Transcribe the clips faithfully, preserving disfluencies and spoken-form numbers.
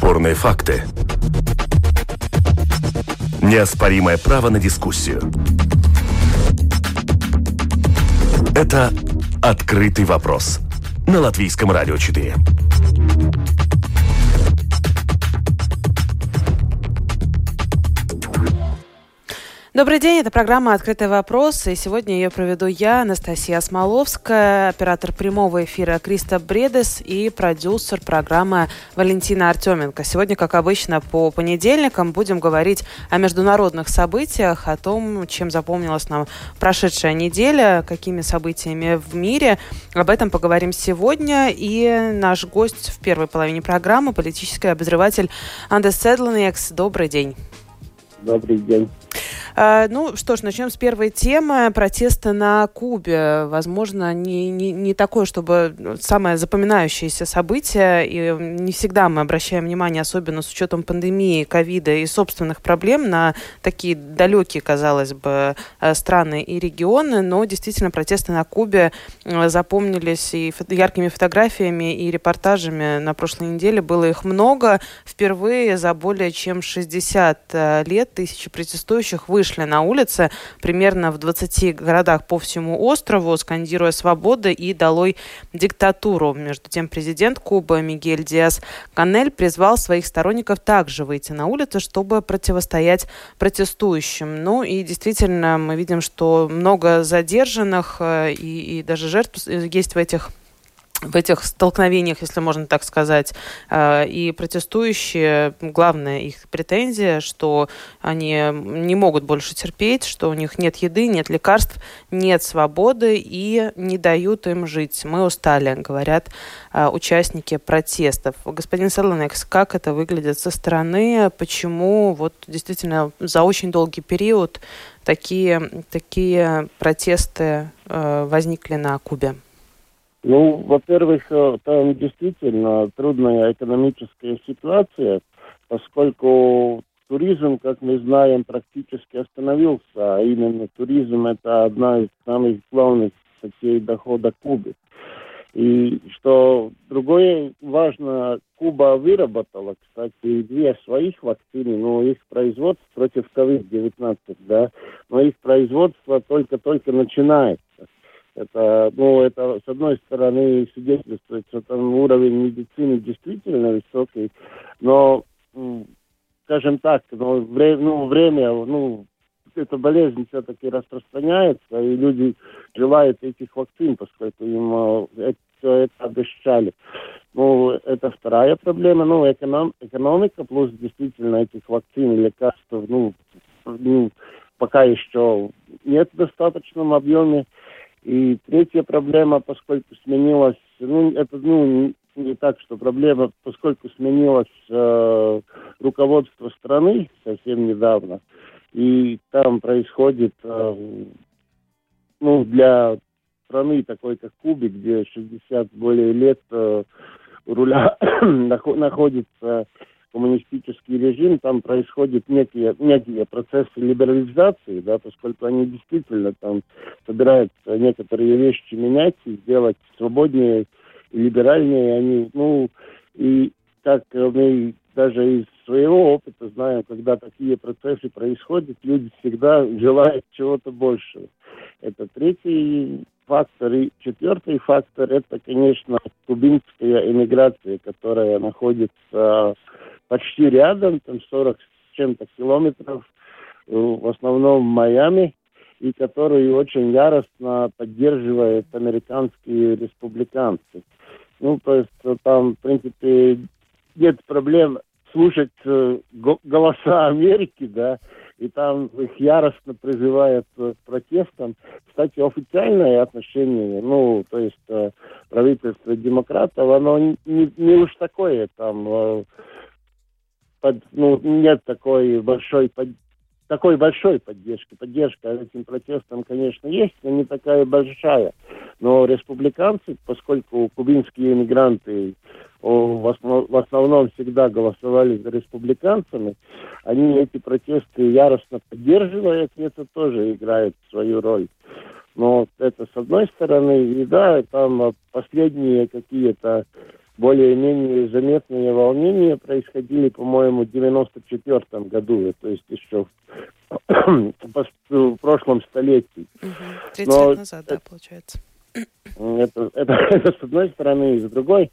Бесспорные факты. Неоспоримое право на дискуссию. Это «Открытый вопрос» на Латвийском радио четыре. Добрый день, это программа «Открытый вопрос», и сегодня ее проведу я, Анастасия Смоловская, оператор прямого эфира Кристоф Бредес и продюсер программы Валентина Артеменко. Сегодня, как обычно, по понедельникам будем говорить о международных событиях, о том, чем запомнилась нам прошедшая неделя, какими событиями в мире. Об этом поговорим сегодня, и наш гость в первой половине программы – политический обозреватель Андес Седланиекс. Добрый день. Добрый день. Ну что ж, начнем с первой темы. Протесты на Кубе. Возможно, не, не, не такое, чтобы самое запоминающееся событие. И не всегда мы обращаем внимание, особенно с учетом пандемии, ковида и собственных проблем, на такие далекие, казалось бы, страны и регионы. Но действительно, протесты на Кубе запомнились и яркими фотографиями, и репортажами. На прошлой неделе было их много. Впервые за более чем шестьдесят лет тысячи протестующих вышли на улицы примерно в двадцати городах по всему острову, скандируя «Свобода» и «Долой диктатуру». Между тем, президент Кубы Мигель Диас-Канель призвал своих сторонников также выйти на улицы, чтобы противостоять протестующим. Ну и действительно, мы видим, что много задержанных и, и даже жертв есть в этих в этих столкновениях, если можно так сказать. И протестующие, главная их претензия, что они не могут больше терпеть, что у них нет еды, нет лекарств, нет свободы и не дают им жить. Мы устали, говорят участники протестов. Господин Седланиекс, как это выглядит со стороны? Почему вот действительно за очень долгий период такие, такие протесты возникли на Кубе? Ну, во-первых, там действительно трудная экономическая ситуация, поскольку туризм, как мы знаем, практически остановился, а именно туризм – это одна из самых главных статей дохода Кубы. И что другое важно, Куба выработала, кстати, две своих вакцины, но их производство против ковид девятнадцать, да, но их производство только-только начинается. Это, ну, это, с одной стороны, свидетельствует, что там уровень медицины действительно высокий, но, скажем так, ну, вре, ну, время, ну, эта болезнь все-таки распространяется, и люди желают этих вакцин, поскольку им это, все это обещали. Ну, это вторая проблема, ну, эконом, экономика, плюс действительно этих вакцин и лекарств, ну, ну, пока еще нет в достаточном объеме. И третья проблема, поскольку сменилась, ну, это, ну, не так, что проблема, поскольку сменилось э, руководство страны совсем недавно, и там происходит, э, ну, для страны такой, как Кубы, где шестьдесят более лет э, у руля находится коммунистический режим, там происходят некие, некие процессы либерализации, да, поскольку они действительно там собираются некоторые вещи менять и сделать свободнее и либеральнее. Они, ну, и как мы даже из своего опыта знаем, когда такие процессы происходят, люди всегда желают чего-то большего. Это третий фактор. И четвертый фактор, это, конечно, кубинская эмиграция, которая находится почти рядом, там сорок с чем-то километров, в основном в Майами, и которую очень яростно поддерживают американские республиканцы. Ну, то есть там, в принципе, нет проблем слушать э, голоса Америки, да, и там их яростно призывают к протестам. Кстати, официальное отношение, ну, то есть э, правительство демократов, оно не, не уж такое, там, э, под, ну, нет такой большой, под, такой большой поддержки. Поддержка этим протестам, конечно, есть, но не такая большая. Но республиканцы, поскольку кубинские иммигранты в основном, в основном всегда голосовали за республиканцами, они эти протесты яростно поддерживают, и это тоже играет свою роль. Но это с одной стороны, и да, там последние какие-то более-менее заметные волнения происходили, по-моему, в девяносто четвёртом году, то есть еще в прошлом столетии. тридцать Но лет назад, это, да, получается. Это, это, это с одной стороны, и с другой,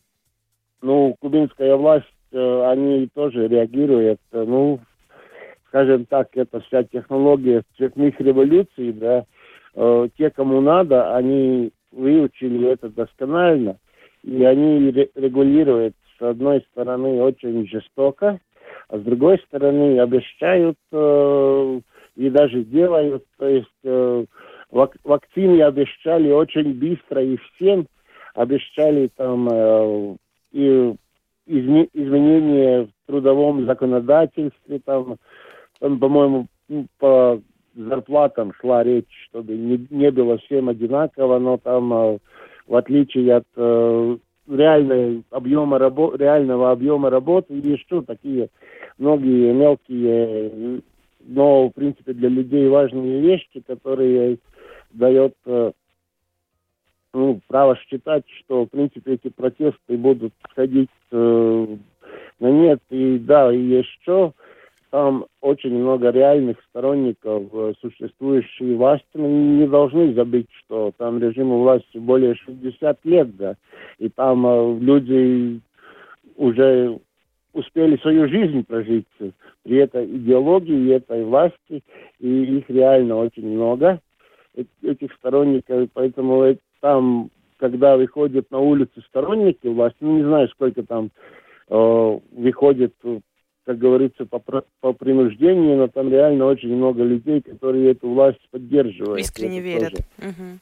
ну, кубинская власть, они тоже реагируют, ну, скажем так, это вся технология цветных революций, да, те, кому надо, они выучили это досконально, и они регулируют, с одной стороны, очень жестоко, а с другой стороны, обещают э, и даже делают, то есть э, вак- вакцины обещали очень быстро и всем, обещали там э, и изме- изменения в трудовом законодательстве, там, там по-моему, по зарплатам шла речь, чтобы не, не было всем одинаково, но там, э, в отличие от э, реальной объема рабо- реального объема работы, и еще такие многие мелкие, но, в принципе, для людей важные вещи, которые дают э, ну, право считать, что, в принципе, эти протесты будут сходить э, на нет. И да, и еще там очень много реальных сторонников э, существующей власти. Мы не должны забыть, что там режиму власти более шестьдесят лет, да, и там э, люди уже успели свою жизнь прожить при этой идеологии, этой власти, и их реально очень много, этих сторонников, поэтому там, когда выходят на улицы сторонники власти, ну, не знаю, сколько там э, выходит, как говорится, по, по принуждению, но там реально очень много людей, которые эту власть поддерживают. Искренне верят. Угу.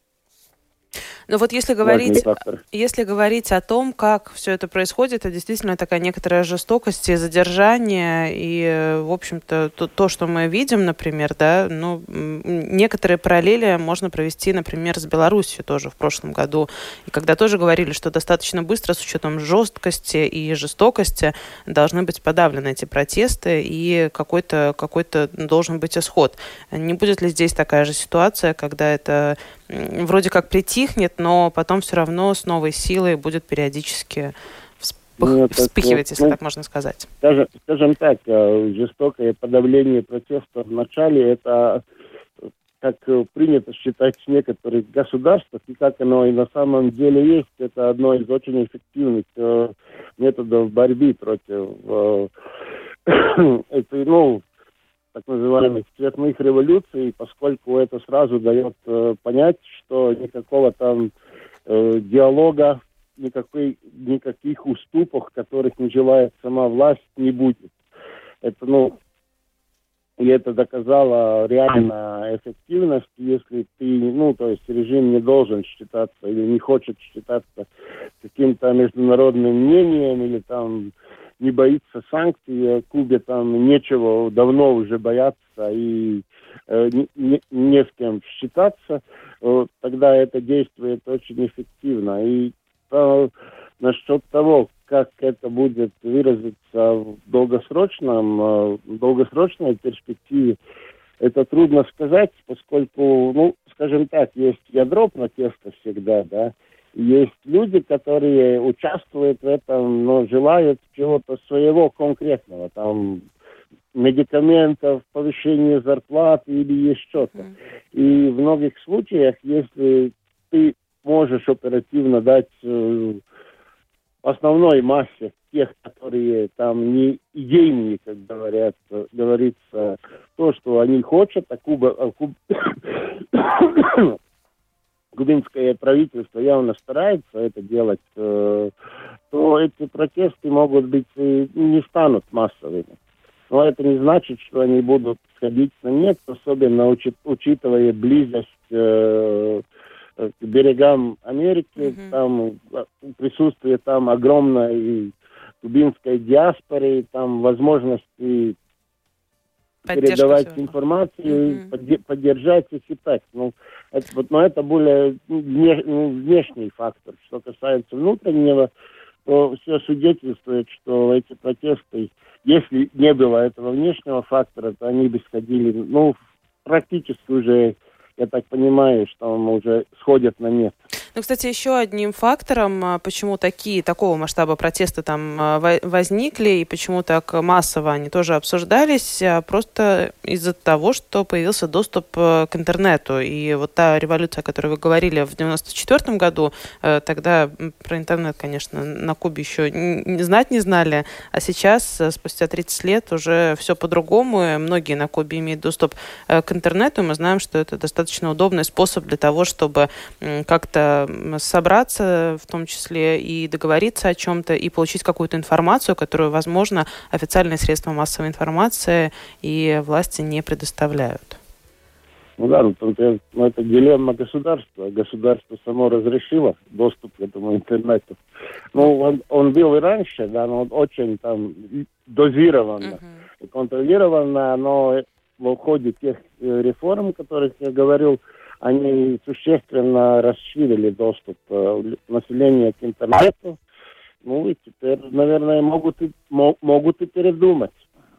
Но вот если говорить, если говорить о том, как все это происходит, это действительно такая некоторая жестокость и задержание, и, в общем-то, то, то что мы видим, например, да, ну, некоторые параллели можно провести, например, с Беларусью тоже в прошлом году, и когда тоже говорили, что достаточно быстро, с учетом жесткости и жестокости, должны быть подавлены эти протесты, и какой-то, какой-то должен быть исход. Не будет ли здесь такая же ситуация, когда это вроде как притихнет, но потом все равно с новой силой будет периодически вспых... ну, вспыхивать, если ну, так можно сказать? Скажем, скажем так, жестокое подавление протеста в начале, это, как принято считать в некоторых государствах, и как оно и на самом деле есть, это одно из очень эффективных методов борьбы против этой, ну, так называемых цветных революций, поскольку это сразу дает э, понять, что никакого там э, диалога, никакой, никаких уступок, которых не желает сама власть, не будет. Это, ну, и это доказало реально эффективность, если ты, ну, то есть режим не должен считаться или не хочет считаться каким-то международным мнением или там не боится санкций, Кубе там нечего давно уже бояться и э, не, не, не с кем считаться, вот, тогда это действует очень эффективно. И э, насчет того, как это будет выразиться в долгосрочном, э, в долгосрочной перспективе, это трудно сказать, поскольку, ну, скажем так, есть ядро протеста всегда, да, есть люди, которые участвуют в этом, но желают чего-то своего конкретного, там, медикаментов, повышения зарплат или еще что-то. Mm. И в многих случаях, если ты можешь оперативно дать э, основной массе тех, которые там не идейные, как говорят, говорится, то, что они хотят, а Куба... А Куб... кубинское правительство явно старается это делать, э, то эти протесты могут быть и не станут массовыми. Но это не значит, что они будут сходить на нет, особенно учит, учитывая близость э, к берегам Америки, mm-hmm. там присутствие там огромной кубинской диаспоры, там возможности передавать информацию, mm-hmm. подде- поддержать их и так. Ну, это, вот, но это более вне, ну, внешний фактор. Что касается внутреннего, то все свидетельствует, что эти протесты, если не было этого внешнего фактора, то они бы сходили, ну, практически уже, я так понимаю, что он уже сходят на нет. Ну, кстати, еще одним фактором, почему такие, такого масштаба протесты там возникли и почему так массово они тоже обсуждались, просто из-за того, что появился доступ к интернету. И вот та революция, о которой вы говорили в девяносто четвёртом году, тогда про интернет, конечно, на Кубе еще знать не знали, а сейчас, спустя тридцать лет, уже все по-другому. И многие на Кубе имеют доступ к интернету, и мы знаем, что это достаточно удобный способ для того, чтобы как-то собраться, в том числе и договориться о чем-то, и получить какую-то информацию, которую, возможно, официальные средства массовой информации и власти не предоставляют. Ну да, ну, это дилемма государства. Государство само разрешило доступ к этому интернету. Ну, он, он был и раньше, да, но он очень там дозированно и uh-huh. контролированно, но в ходе тех реформ, о которых я говорил, они существенно расширили доступ э, населения к интернету. Ну и теперь, наверное, могут и, могут и передумать.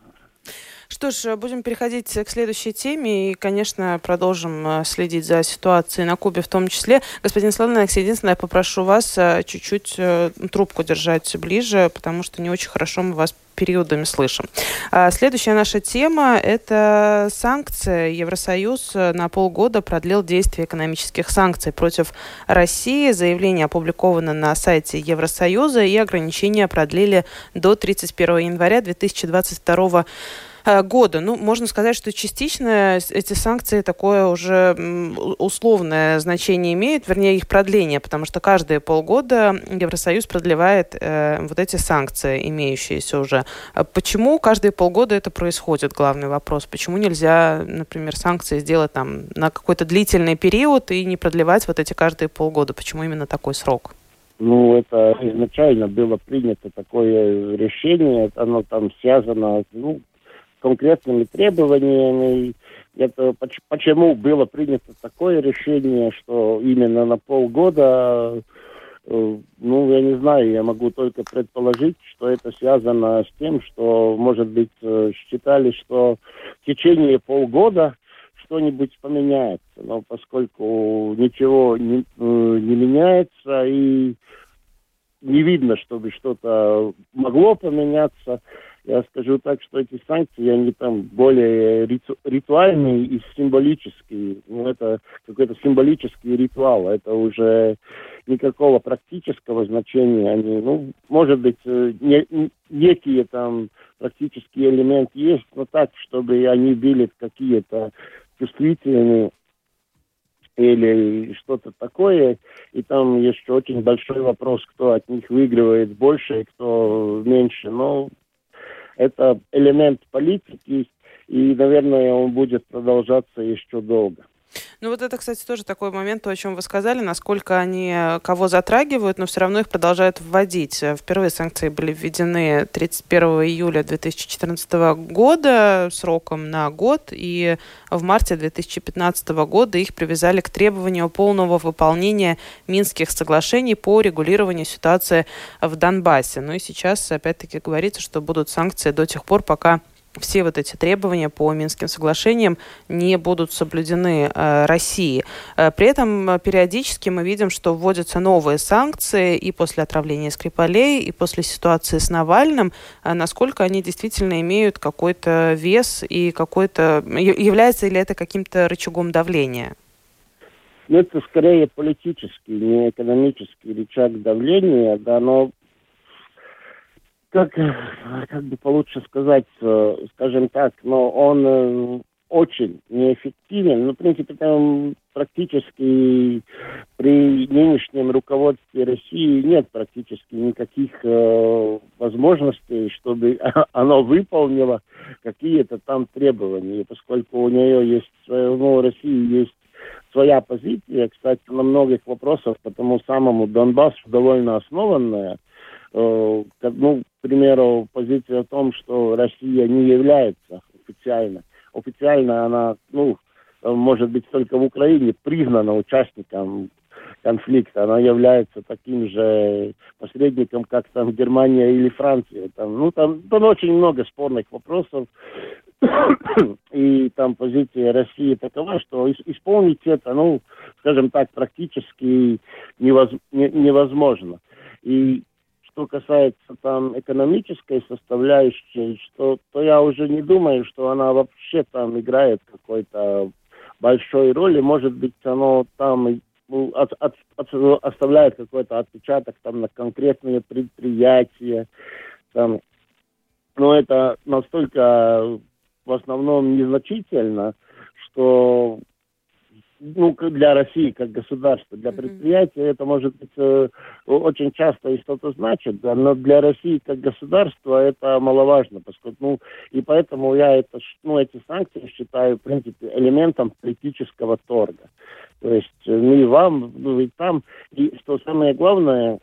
Что ж, будем переходить к следующей теме и, конечно, продолжим следить за ситуацией на Кубе в том числе. Господин Славный Алексей, единственное, я попрошу вас чуть-чуть трубку держать ближе, потому что не очень хорошо мы вас периодами слышим. Следующая наша тема – это санкции. Евросоюз на полгода продлил действие экономических санкций против России. Заявление опубликовано на сайте Евросоюза, и ограничения продлили до тридцать первого января две тысячи двадцать второго года. Ну, можно сказать, что частично эти санкции такое уже условное значение имеют, вернее, их продление, потому что каждые полгода Евросоюз продлевает э, вот эти санкции, имеющиеся уже. Почему каждые полгода это происходит? Главный вопрос. Почему нельзя, например, санкции сделать там на какой-то длительный период и не продлевать вот эти каждые полгода? Почему именно такой срок? Ну, это изначально было принято такое решение, оно там связано, ну, конкретными требованиями. Это почему было принято такое решение, что именно на полгода, ну, я не знаю, я могу только предположить, что это связано с тем, что, может быть, считали, что в течение полгода что-нибудь поменяется. Но поскольку ничего не, не меняется и не видно, чтобы что-то могло поменяться, я скажу так, что эти санкции, они там более риту- ритуальные и символические. Ну, это какой-то символический ритуал. Это уже никакого практического значения. Они, ну, может быть, не, некие там практические элементы есть, но так, чтобы они были какие-то чувствительные или что-то такое. И там еще очень большой вопрос, кто от них выигрывает больше и кто меньше. Но это элемент политики, и, наверное, он будет продолжаться еще долго. Ну вот это, кстати, тоже такой момент, то, о чем вы сказали, насколько они кого затрагивают, но все равно их продолжают вводить. Впервые санкции были введены тридцать первого июля две тысячи четырнадцатого года сроком на год, и в марте две тысячи пятнадцатого года их привязали к требованию полного выполнения Минских соглашений по регулированию ситуации в Донбассе. Ну и сейчас, опять-таки, говорится, что будут санкции до тех пор, пока все вот эти требования по Минским соглашениям не будут соблюдены э, Россией. Э, при этом периодически мы видим, что вводятся новые санкции и после отравления Скрипалей, и после ситуации с Навальным. Э, насколько они действительно имеют какой-то вес и какой-то... Является ли это каким-то рычагом давления? Это скорее политический, не экономический рычаг давления, да, но Как, как бы получше сказать, скажем так, но он очень неэффективен. Ну, в принципе, там практически при нынешнем руководстве России нет практически никаких э, возможностей, чтобы оно выполнило какие-то там требования, поскольку у нее есть, ну, у России есть своя позиция, кстати, на многих вопросах по тому самому Донбассу довольно основанная. Ну, к примеру, позиция о том, что Россия не является официально. Официально она, ну, может быть, только в Украине признана участником конфликта. Она является таким же посредником, как там Германия или Франция. Там, ну, там, там очень много спорных вопросов. И там позиция России такова, что исполнить это, ну, скажем так, практически невоз, не, невозможно. И что касается там экономической составляющей, что, то я уже не думаю, что она вообще там играет какой-то большой роли. Может быть, оно там ну, от, от, от, оставляет какой-то отпечаток там на конкретные предприятия. Там. Но это настолько в основном незначительно, что ну, для России как государства, для предприятия это может быть э, очень часто и что-то значит, да, но для России как государства это маловажно, поскольку, ну, и поэтому я это, ну, эти санкции считаю, в принципе, элементом политического торга. То есть мы вам, вы там, и что самое главное,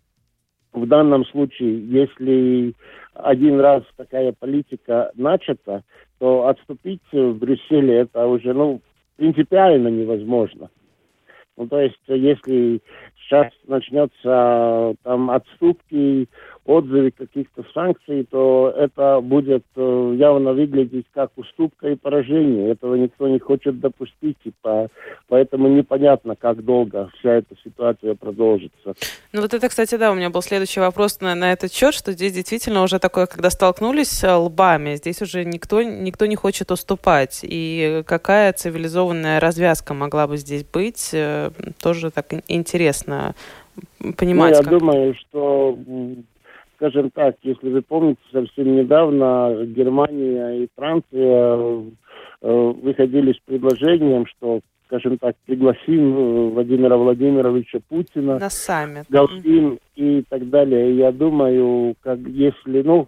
в данном случае, если один раз такая политика начата, то отступить в Брюсселе это уже, ну, принципиально невозможно. Ну, то есть, если сейчас начнется там отступки, отзывы каких-то санкций, то это будет э, явно выглядеть как уступка и поражение. Этого никто не хочет допустить, и по, поэтому непонятно, как долго вся эта ситуация продолжится. Ну вот это, кстати, да, у меня был следующий вопрос на, на этот счет, что здесь действительно уже такое, когда столкнулись лбами, здесь уже никто, никто не хочет уступать. И какая цивилизованная развязка могла бы здесь быть, э, тоже так интересно понимать. Ну, я как... думаю, что... Скажем так, если вы помните, совсем недавно Германия и Франция э, выходили с предложением, что, скажем так, пригласим Владимира Владимировича Путина на саммит, Галстин и так далее. И я думаю, как если, ну,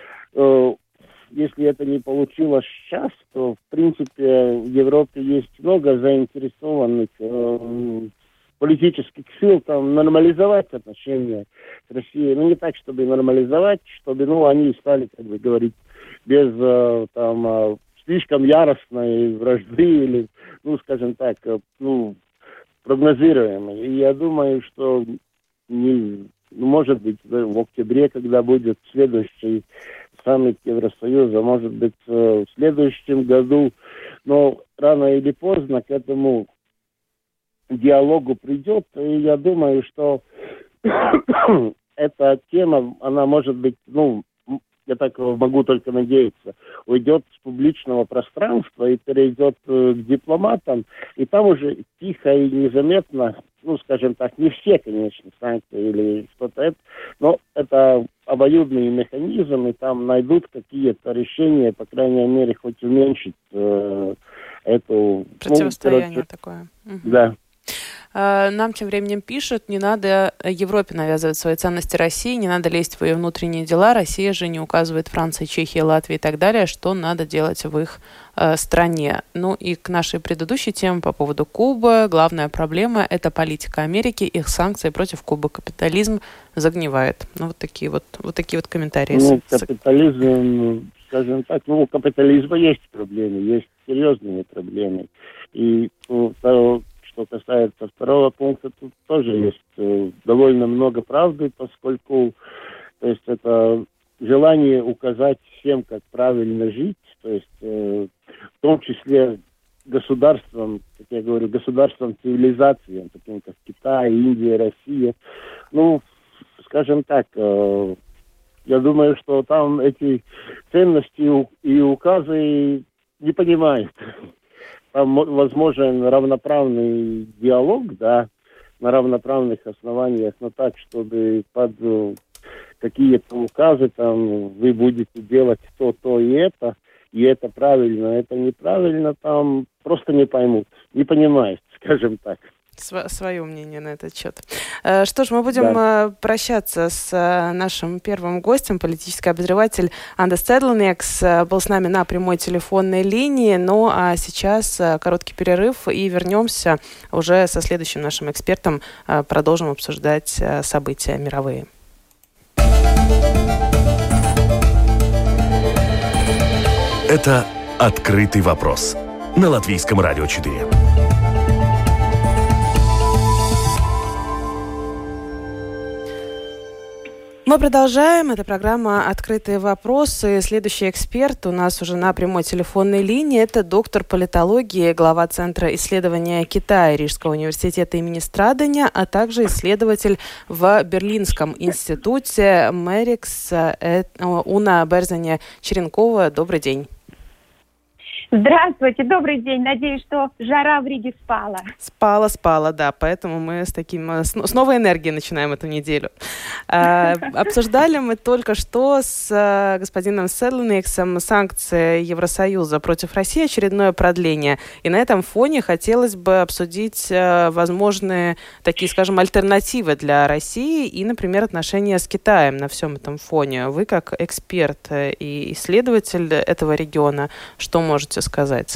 э, если это не получилось сейчас, то, в принципе, в Европе есть много заинтересованных э, политических сил там нормализовать отношения с Россией. Ну, не так, чтобы нормализовать, чтобы, ну, они стали, как бы говорить, без э, там э, слишком яростной вражды или, ну, скажем так, э, ну, прогнозируемой. И я думаю, что не, может быть, в октябре, когда будет следующий саммит Евросоюза, может быть, э, в следующем году, но рано или поздно к этому диалогу придет, и я думаю, что эта тема, она может быть, ну, я так могу только надеяться, уйдет с публичного пространства и перейдет к дипломатам, и там уже тихо и незаметно, ну, скажем так, не все, конечно, санкции или что-то это, но это обоюдный механизм, и там найдут какие-то решения, по крайней мере, хоть уменьшить э, эту... Противостояние ну, короче, такое. Да. Нам тем временем пишут, не надо Европе навязывать свои ценности России, не надо лезть в ее внутренние дела. Россия же не указывает Франции, Чехии, Латвии и так далее, что надо делать в их э, стране. Ну и к нашей предыдущей теме по поводу Кубы. Главная проблема – это политика Америки, их санкции против Кубы. Капитализм загнивает. Ну вот такие вот, вот, такие вот комментарии. Ну, капитализм, скажем так, ну, у капитализма есть проблемы, есть серьезные проблемы. И ну, что касается второго пункта, тут тоже есть э, довольно много правды, поскольку то есть это желание указать всем, как правильно жить, то есть э, в том числе государствам, как я говорю, государствам цивилизации, таким как Китай, Индия, Россия. Ну, скажем так, э, я думаю, что там эти ценности и указы не понимают. Там возможен равноправный диалог, да, на равноправных основаниях, но так, чтобы под какие-то указы там вы будете делать то, то и это, и это правильно, это неправильно, там просто не поймут, не понимают, скажем так. Свое мнение на этот счет. Что ж, мы будем да. прощаться с нашим первым гостем. Политический обозреватель Андес Цедлниекс был с нами на прямой телефонной линии. Ну а сейчас короткий перерыв и вернемся уже со следующим нашим экспертом. Продолжим обсуждать события мировые. Это «Открытый вопрос» на Латвийском радио четыре. Мы продолжаем. Это программа «Открытые вопросы». Следующий эксперт у нас уже на прямой телефонной линии. Это доктор политологии, глава Центра исследования Китая Рижского университета имени Страдания, а также исследователь в Берлинском институте Мэрикс Уна Берзаня-Черенкова. Добрый день. Здравствуйте, добрый день. Надеюсь, что жара в Риге спала. Спала, спала, да. Поэтому мы с таким с, с новой энергией начинаем эту неделю. А, обсуждали мы только что с а, господином Седлниксом санкции Евросоюза против России, очередное продление. И на этом фоне хотелось бы обсудить а, возможные такие, скажем, альтернативы для России и, например, отношения с Китаем на всем этом фоне. Вы, как эксперт и исследователь этого региона, что можете сказать?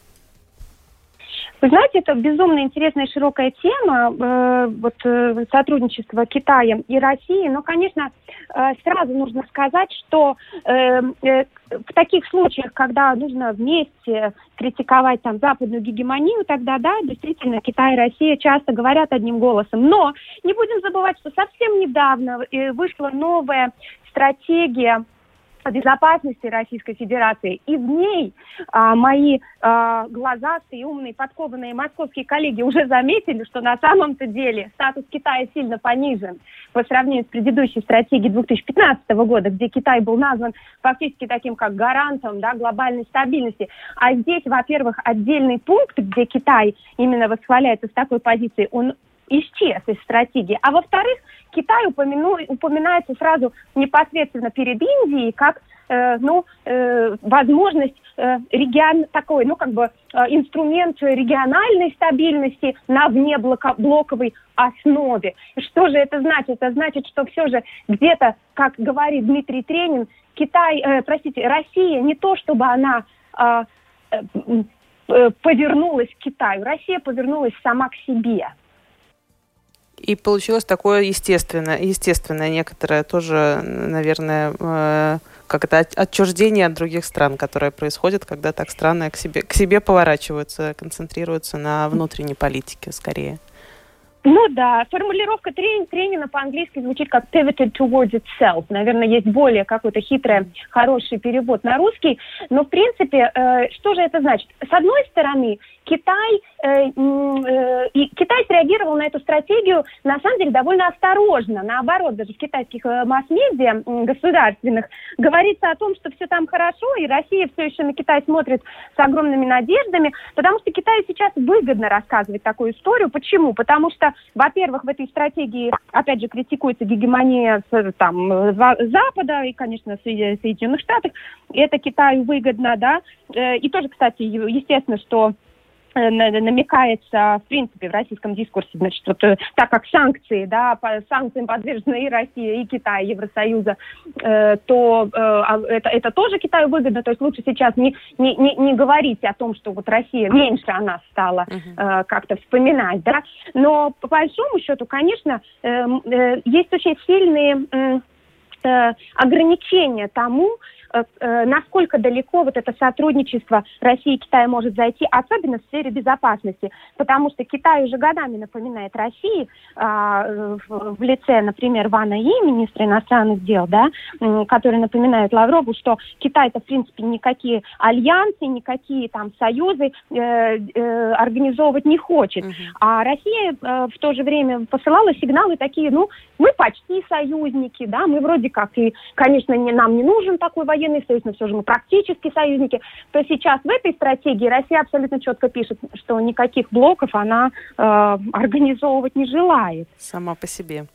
Вы знаете, это безумно интересная и широкая тема, э, вот, э, сотрудничество Китая и России. Но, конечно, э, сразу нужно сказать, что э, э, в таких случаях, когда нужно вместе критиковать там западную гегемонию, тогда, да, действительно, Китай и Россия часто говорят одним голосом. Но не будем забывать, что совсем недавно э, вышла новая стратегия безопасности Российской Федерации. И в ней а, мои а, глазастые и умные подкованные московские коллеги уже заметили, что на самом-то деле статус Китая сильно понижен по сравнению с предыдущей стратегией две тысячи пятнадцатого года, где Китай был назван фактически таким как гарантом, да, глобальной стабильности. А здесь, во-первых, отдельный пункт, где Китай именно восхваляется с такой позиции, он исчез из стратегии. А во-вторых, Китай упомяну, упоминается сразу непосредственно перед Индией как э, ну, э, возможность э, регион, такой, ну, как бы э, инструмент региональной стабильности на внеблоковой основе. Что же это значит? Это значит, что все же где-то, как говорит Дмитрий Тренин, Китай, э, простите, Россия не то, чтобы она э, э, повернулась к Китаю, Россия повернулась сама к себе. И получилось такое естественное, естественное некоторое тоже, наверное, э, как это отчуждение от других стран, которое происходит, когда так страны к себе, к себе поворачиваются, концентрируются на внутренней политике скорее. Ну да, формулировка Трен, Тренина по-английски звучит как pivoted towards itself. Наверное, есть более какой-то хитрый, хороший перевод на русский. Но, в принципе, э, что же это значит? С одной стороны, Китай, э, э, и Китай среагировал на эту стратегию, на самом деле, довольно осторожно. Наоборот, даже в китайских э, масс-медиа э, государственных говорится о том, что все там хорошо, и Россия все еще на Китай смотрит с огромными надеждами, потому что Китаю сейчас выгодно рассказывать такую историю. Почему? Потому что, во-первых, в этой стратегии, опять же, критикуется гегемония там, Запада и, конечно, Соединенных Штатов. Это Китаю выгодно, да. И тоже, кстати, естественно, что намекается, в принципе, в российском дискурсе, значит, вот, так как санкции, да, по санкциям подвержены и Россия, и Китай, и Евросоюза, э, то э, это, это тоже Китаю выгодно, то есть лучше сейчас не, не, не, не говорить о том, что вот Россия меньше о нас стала э, как-то вспоминать, да, но по большому счету, конечно, э, э, есть очень сильные э, э, ограничения тому, насколько далеко вот это сотрудничество России и Китая может зайти, особенно в сфере безопасности. Потому что Китай уже годами напоминает России э, в, в лице, например, Вана И, министра иностранных дел, да, э, который напоминает Лаврову, что Китай-то, в принципе, никакие альянсы, никакие там союзы э, э, организовывать не хочет. Uh-huh. А Россия э, в то же время посылала сигналы такие, ну, мы почти союзники, да, мы вроде как и, конечно, не, нам не нужен такой военный союз, но все же мы практически союзники, то сейчас в этой стратегии Россия абсолютно четко пишет, что никаких блоков она э, организовывать не желает. Сама по себе.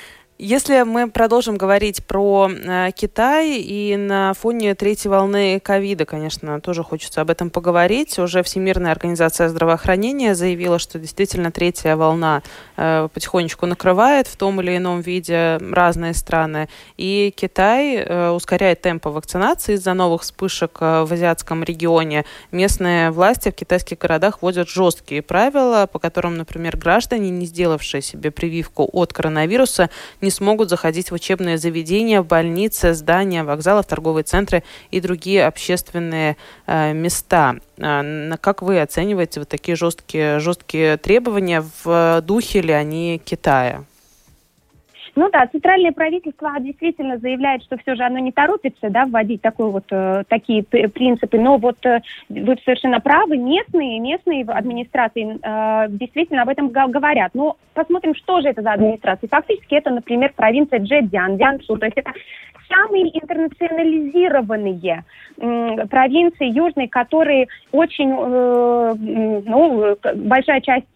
Если мы продолжим говорить про э, Китай, и на фоне третьей волны ковида, конечно, тоже хочется об этом поговорить. Уже Всемирная организация здравоохранения заявила, что действительно третья волна э, потихонечку накрывает в том или ином виде разные страны. И Китай э, ускоряет темпы вакцинации из-за новых вспышек э, в азиатском регионе. Местные власти в китайских городах вводят жесткие правила, по которым, например, граждане, не сделавшие себе прививку от коронавируса, не смогут заходить в учебные заведения, больницы, здания, вокзалы, торговые центры и другие общественные э, места. Э, как вы оцениваете вот такие жесткие, жесткие требования? В духе ли они Китая? Ну да, центральное правительство действительно заявляет, что все же оно не торопится, да, вводить такой вот, э, такие принципы, но вот э, вы совершенно правы, местные, местные администрации э, действительно об этом говорят. Но посмотрим, что же это за администрации. Фактически это, например, провинция Джэцзян, Jiangsu, то есть это самые интернационализированные э, провинции южные, которые очень, э, ну, большая часть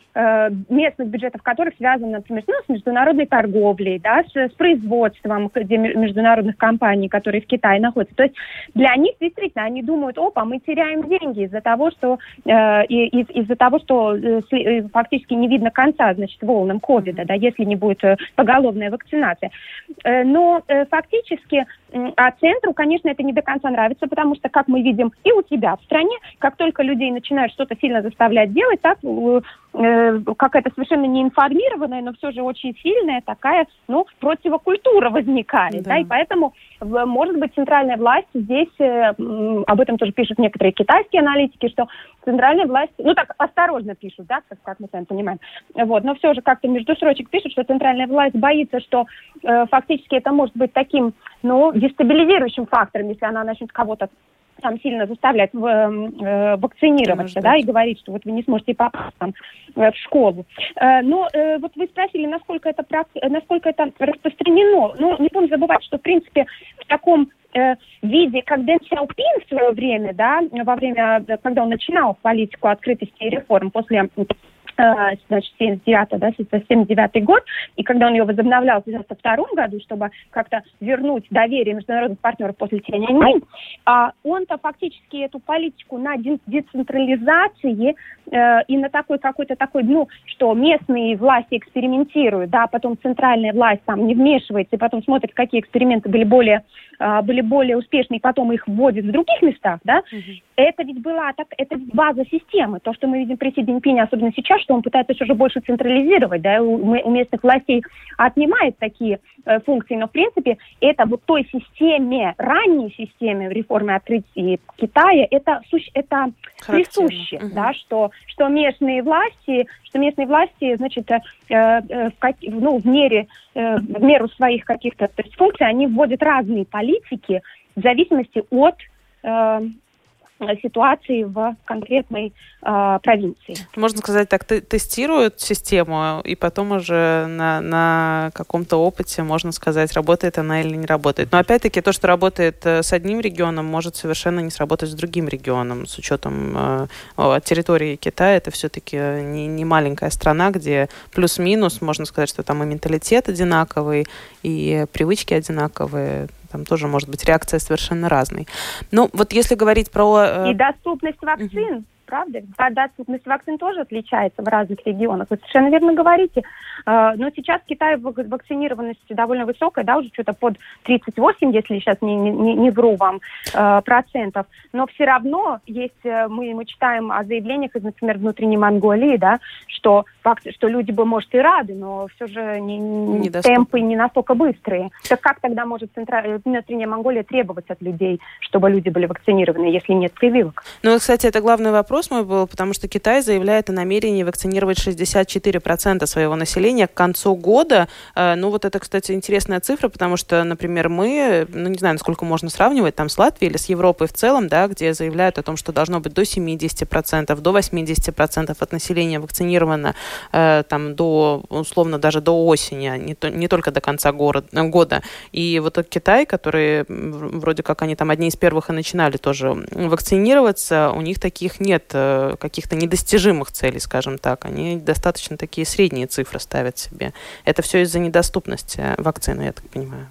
местных бюджетов которых связаны, например, ну, с международной торговлей, да, с, с производством где международных компаний, которые в Китае находятся. То есть для них действительно они думают, опа, мы теряем деньги из-за того, что э, из, из-за того, что э, фактически не видно конца, значит, волнам ковида, да, если не будет э, поголовная вакцинация. Э, но э, фактически, э, а центру, конечно, это не до конца нравится, потому что, как мы видим и у себя в стране, как только людей начинают что-то сильно заставлять делать, так э, какая-то совершенно неинформированная, но все же очень сильная такая, ну, противокультура возникает, да, да, и поэтому, может быть, центральная власть здесь, э, об этом тоже пишут некоторые китайские аналитики, что центральная власть, ну, так осторожно пишут, да, как, как мы с вами понимаем, вот, но все же как-то между строчек пишут, что центральная власть боится, что э, фактически это может быть таким, ну, дестабилизирующим фактором, если она начнет кого-то там сильно заставлять в, э, вакцинироваться, да, и говорить, что вот вы не сможете попасть там, э, в школу. Э, но э, вот вы спросили, насколько это, насколько это распространено. Ну, не будем забывать, что, в принципе, в таком э, виде, как Дэн Сяопин в свое время, да, во время, когда он начинал политику открытости и реформ после... значит, семьдесят девятый, да, семьдесят девятый год, и когда он ее возобновлял в девяносто втором году, чтобы как-то вернуть доверие международных партнеров после Тяньаньмэнь, а он-то фактически эту политику на децентрализации э, и на такой какой-то такой, ну, что местные власти экспериментируют, да, потом центральная власть там не вмешивается, и потом смотрит, какие эксперименты были более, э, были более успешны, и потом их вводит в других местах, да, mm-hmm. это ведь была так, это ведь база системы, то, что мы видим при Си Цзиньпине, особенно сейчас, что он пытается уже больше централизировать, да, у, у местных властей отнимает такие э, функции, но в принципе это вот той системе, ранней системе реформы открытия Китая, это, это присуще, угу. да, что, что местные власти, что местные власти, значит, э, э, в, как, ну, в мере, э, в меру своих каких-то, то есть функций, они вводят разные политики в зависимости от э, ситуации в конкретной э, провинции. Можно сказать так, т- тестируют систему, и потом уже на, на каком-то опыте можно сказать, работает она или не работает. Но опять-таки то, что работает с одним регионом, может совершенно не сработать с другим регионом, с учетом э, территории Китая. Это все-таки не, не маленькая страна, где плюс-минус, можно сказать, что там и менталитет одинаковый, и привычки одинаковые. Там тоже может быть реакция совершенно разной. Ну, вот если говорить про... И доступность вакцин, uh-huh. правда? Доступность вакцин тоже отличается в разных регионах. Вы совершенно верно говорите. Но сейчас в Китае вакцинированность довольно высокая, да, уже что-то под тридцать восемь, если сейчас не, не, не вру вам, процентов. Но все равно есть, мы, мы читаем о заявлениях из, например, внутренней Монголии, да, что, что люди бы, может, и рады, но все же не, не темпы не настолько быстрые. Так как тогда может центра... внутренняя Монголия требовать от людей, чтобы люди были вакцинированы, если нет прививок? Ну, кстати, это главный вопрос мой был, потому что Китай заявляет о намерении вакцинировать шестьдесят четыре процента своего населения к концу года. Ну, вот это, кстати, интересная цифра, потому что, например, мы, ну, не знаю, насколько можно сравнивать там с Латвией или с Европой в целом, да, где заявляют о том, что должно быть до семьдесят процентов, до восемьдесят процентов от населения вакцинировано э, там до, условно, даже до осени, не, то, не только до конца город, года. И вот этот Китай, который вроде как они там одни из первых и начинали тоже вакцинироваться, у них таких нет э, каких-то недостижимых целей, скажем так. Они достаточно такие средние цифры ставят себе. Это все из-за недоступности вакцины, я так понимаю.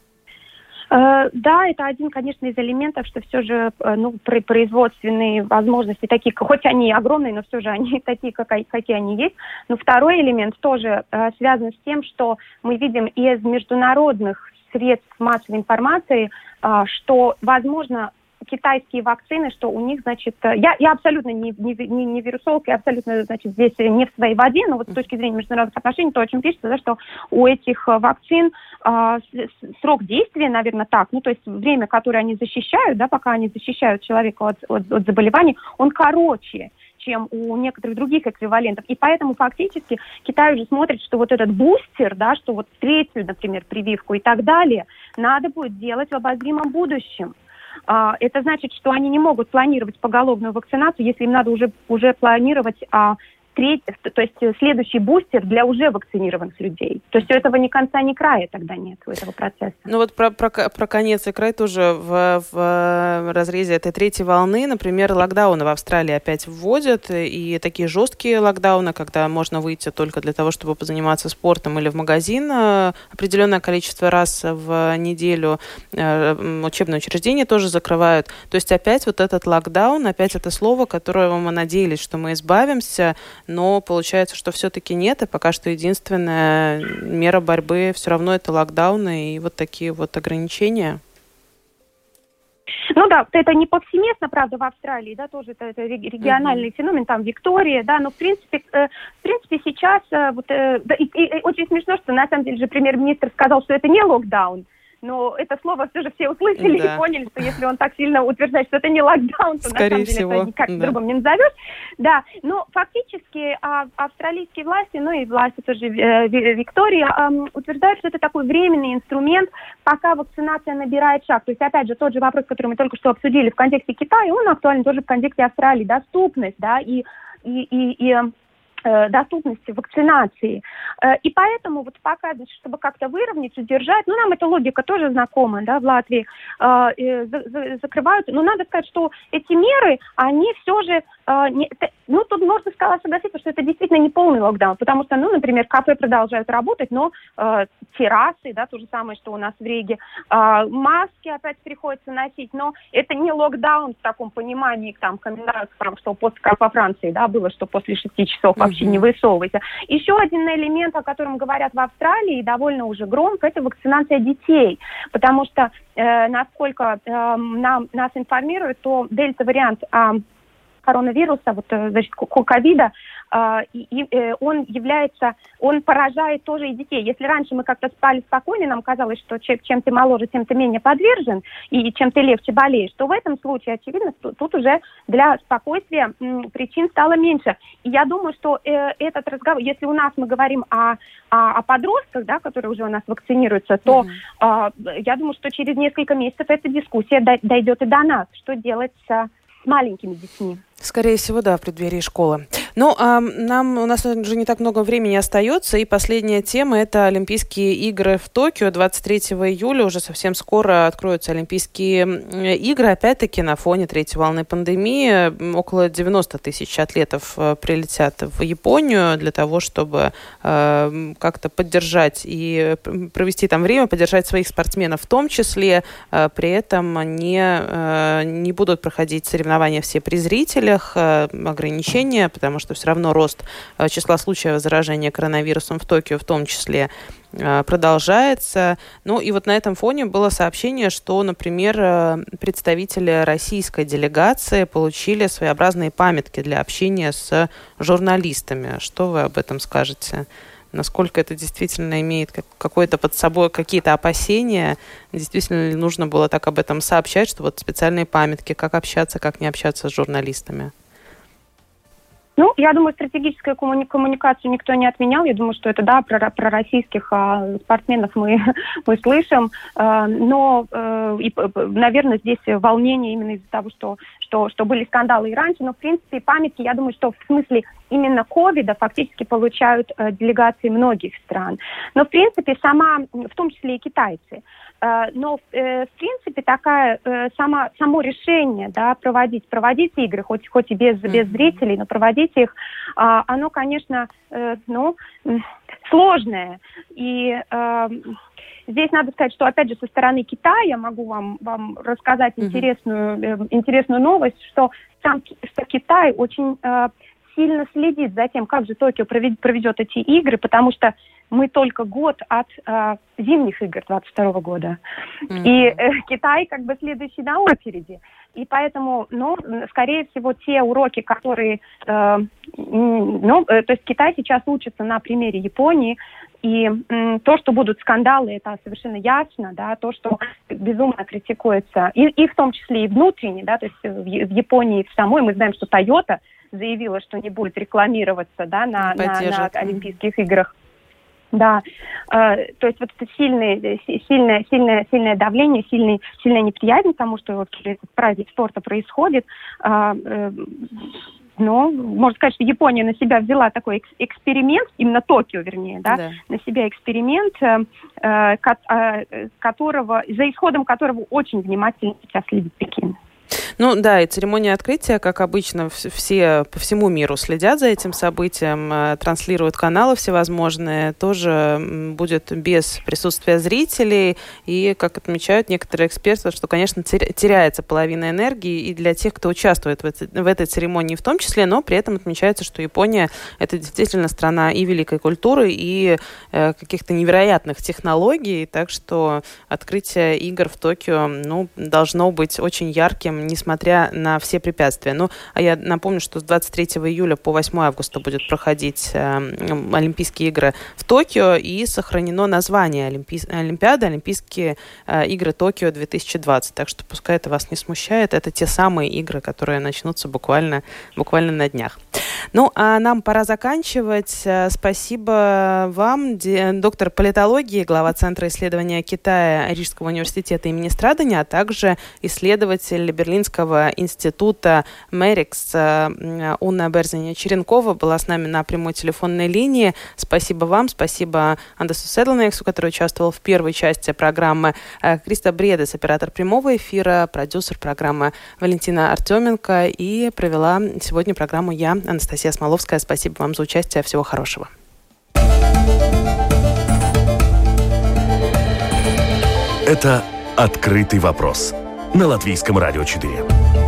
Uh, да, это один, конечно, из элементов, что все же, ну, производственные возможности такие, хоть они огромные, но все же они такие, как, какие они есть. Но второй элемент тоже uh, связан с тем, что мы видим из международных средств массовой информации, uh, что, возможно, китайские вакцины, что у них, значит, я, я абсолютно не, не, не, не вирусолог, я абсолютно, значит, здесь не в своей воде, но вот с точки зрения международных отношений, то, о чем пишется, да, что у этих вакцин э, срок действия, наверное, так, ну, то есть время, которое они защищают, да, пока они защищают человека от, от, от заболеваний, он короче, чем у некоторых других эквивалентов. И поэтому фактически Китай уже смотрит, что вот этот бустер, да, что вот третью, например, прививку и так далее, надо будет делать в обозримом будущем. А, это значит, что они не могут планировать поголовную вакцинацию, если им надо уже, уже планировать а, треть, то есть следующий бустер для уже вакцинированных людей. То есть у этого ни конца, ни края тогда нет, у этого процесса. Ну вот про, про, про конец и край тоже в, в разрезе этой третьей волны, например, локдауны в Австралии опять вводят, и такие жесткие локдауны, когда можно выйти только для того, чтобы позаниматься спортом или в магазин определенное количество раз в неделю. Учебные учреждения тоже закрывают. То есть опять вот этот локдаун, опять это слово, которого мы надеялись, что мы избавимся, но получается, что все-таки нет, и пока что единственная мера борьбы все равно это локдауны и вот такие вот ограничения. Ну да, это не повсеместно, правда, в Австралии, да, тоже это, это региональный mm-hmm. феномен, там Виктория, да, но в принципе, э, в принципе сейчас э, вот, э, да, и, и, и очень смешно, что на самом деле же премьер-министр сказал, что это не локдаун. Но это слово все же все услышали да. и поняли, что если он так сильно утверждает, что это не локдаун, то скорее на самом деле всего, это никак да. по-другому не назовешь. Да, но фактически а, австралийские власти, ну и власти тоже э, Виктории э, утверждают, что это такой временный инструмент, пока вакцинация набирает шаг. То есть, опять же, тот же вопрос, который мы только что обсудили в контексте Китая, он актуален тоже в контексте Австралии. Доступность, да, и... и, и, и доступности вакцинации. И поэтому вот пока, чтобы как-то выровнять, удержать, ну, нам эта логика тоже знакома, да, в Латвии, закрываются. Но надо сказать, что эти меры, они все же, ну, тут можно сказать, согласиться, что это действительно не полный локдаун, потому что, ну, например, кафе продолжают работать, но террасы, да, то же самое, что у нас в Риге, маски опять приходится носить, но это не локдаун в таком понимании, там, там что после, как во Франции, да, было, что после шести часов вообще не высовывайся. Еще один элемент, о котором говорят в Австралии, довольно уже громко, это вакцинация детей. Потому что, э, насколько э, нам, нас информируют, то дельта-вариант э, коронавируса, вот, значит, ковида, э, и, э, он является, он поражает тоже и детей. Если раньше мы как-то спали спокойно, нам казалось, что чем, чем ты моложе, тем ты менее подвержен, и чем ты легче болеешь, то в этом случае, очевидно, тут уже для спокойствия м, причин стало меньше. И я думаю, что э, этот разговор, если у нас мы говорим о, о, о подростках, да, которые уже у нас вакцинируются, то mm-hmm. э, я думаю, что через несколько месяцев эта дискуссия дойдет и до нас. Что делать с маленькими детьми? Скорее всего, да, в преддверии школы. Ну, а нам, у нас уже не так много времени остается, и последняя тема – это Олимпийские игры в Токио. двадцать третьего июля уже совсем скоро откроются Олимпийские игры. Опять-таки на фоне третьей волны пандемии около девяносто тысяч атлетов прилетят в Японию для того, чтобы э, как-то поддержать и провести там время, поддержать своих спортсменов в том числе. Э, при этом не, э, не будут проходить соревнования все при зрителях, ограничения, потому что все равно рост числа случаев заражения коронавирусом в Токио в том числе продолжается. Ну и вот на этом фоне было сообщение, что, например, представители российской делегации получили своеобразные памятки для общения с журналистами. Что вы об этом скажете? Насколько это действительно имеет какое-то под собой какие-то опасения? Действительно ли нужно было так об этом сообщать, что вот специальные памятки, как общаться, как не общаться с журналистами? Ну, я думаю, стратегическую коммуни- коммуникацию никто не отменял. Я думаю, что это, да, про, про российских а, спортсменов мы, мы слышим. А, но, а, и, наверное, здесь волнение именно из-за того, что, что, что были скандалы и раньше. Но, в принципе, памятки, я думаю, что в смысле именно ковида фактически получают а, делегации многих стран. Но, в принципе, сама, в том числе и китайцы. Uh, но, uh, в принципе, такая, uh, сама, само решение, да, проводить, проводить игры, хоть, хоть и без, без зрителей, но проводить их, uh, оно, конечно, uh, ну, сложное. И uh, здесь надо сказать, что, опять же, со стороны Китая я могу вам, вам рассказать mm-hmm. интересную, uh, интересную новость, что сам что Китай очень uh, сильно следит за тем, как же Токио проведет эти игры, потому что мы только год от э, зимних игр двадцать второго года. Mm-hmm. И э, Китай как бы следующий на очереди. И поэтому, ну, скорее всего, те уроки, которые... Э, ну, э, то есть Китай сейчас учится на примере Японии, И м, то, что будут скандалы, это совершенно ясно, да, то, что безумно критикуется, и, и в том числе и внутренне, да, то есть в, в Японии в самой, мы знаем, что Toyota заявила, что не будет рекламироваться, да, на, на, на Олимпийских играх. Да, э, то есть вот это сильное, сильное, сильное, сильное давление, сильный, сильная неприязнь к тому, что вот этот праздник спорта происходит. Э, э, но можно сказать, что Япония на себя взяла такой экс- эксперимент, именно Токио, вернее, да, да. на себя эксперимент, э, ко- э, которого, за исходом которого очень внимательно сейчас следит Пекин. Ну да, и церемония открытия, как обычно, все по всему миру следят за этим событием, транслируют каналы всевозможные, тоже будет без присутствия зрителей. И, как отмечают некоторые эксперты, что, конечно, теряется половина энергии и для тех, кто участвует в этой, в этой церемонии в том числе, но при этом отмечается, что Япония — это действительно страна и великой культуры, и э, каких-то невероятных технологий, так что открытие игр в Токио, ну, должно быть очень ярким, несмотря на все препятствия. Ну, а я напомню, что с двадцать третьего июля по восьмое августа будет проходить э, Олимпийские игры в Токио, и сохранено название Олимпи... Олимпиады, Олимпийские э, игры Токио две тысячи двадцать. Так что пускай это вас не смущает, это те самые игры, которые начнутся буквально, буквально на днях. Ну, а нам пора заканчивать. Спасибо вам, доктор политологии, глава Центра исследования Китая Рижского университета имени Страдани, а также исследователь Берлинского института Мерикс Уна Берзиня-Черенкова была с нами на прямой телефонной линии. Спасибо вам, спасибо Андесу Седлнексу, который участвовал в первой части программы, Криста Бредес, оператор прямого эфира, продюсер программы Валентина Артеменко, и провела сегодня программу я, Анастасия Смоловская. Спасибо вам за участие. Всего хорошего. Это «Открытый вопрос» на Латвийском радио четыре.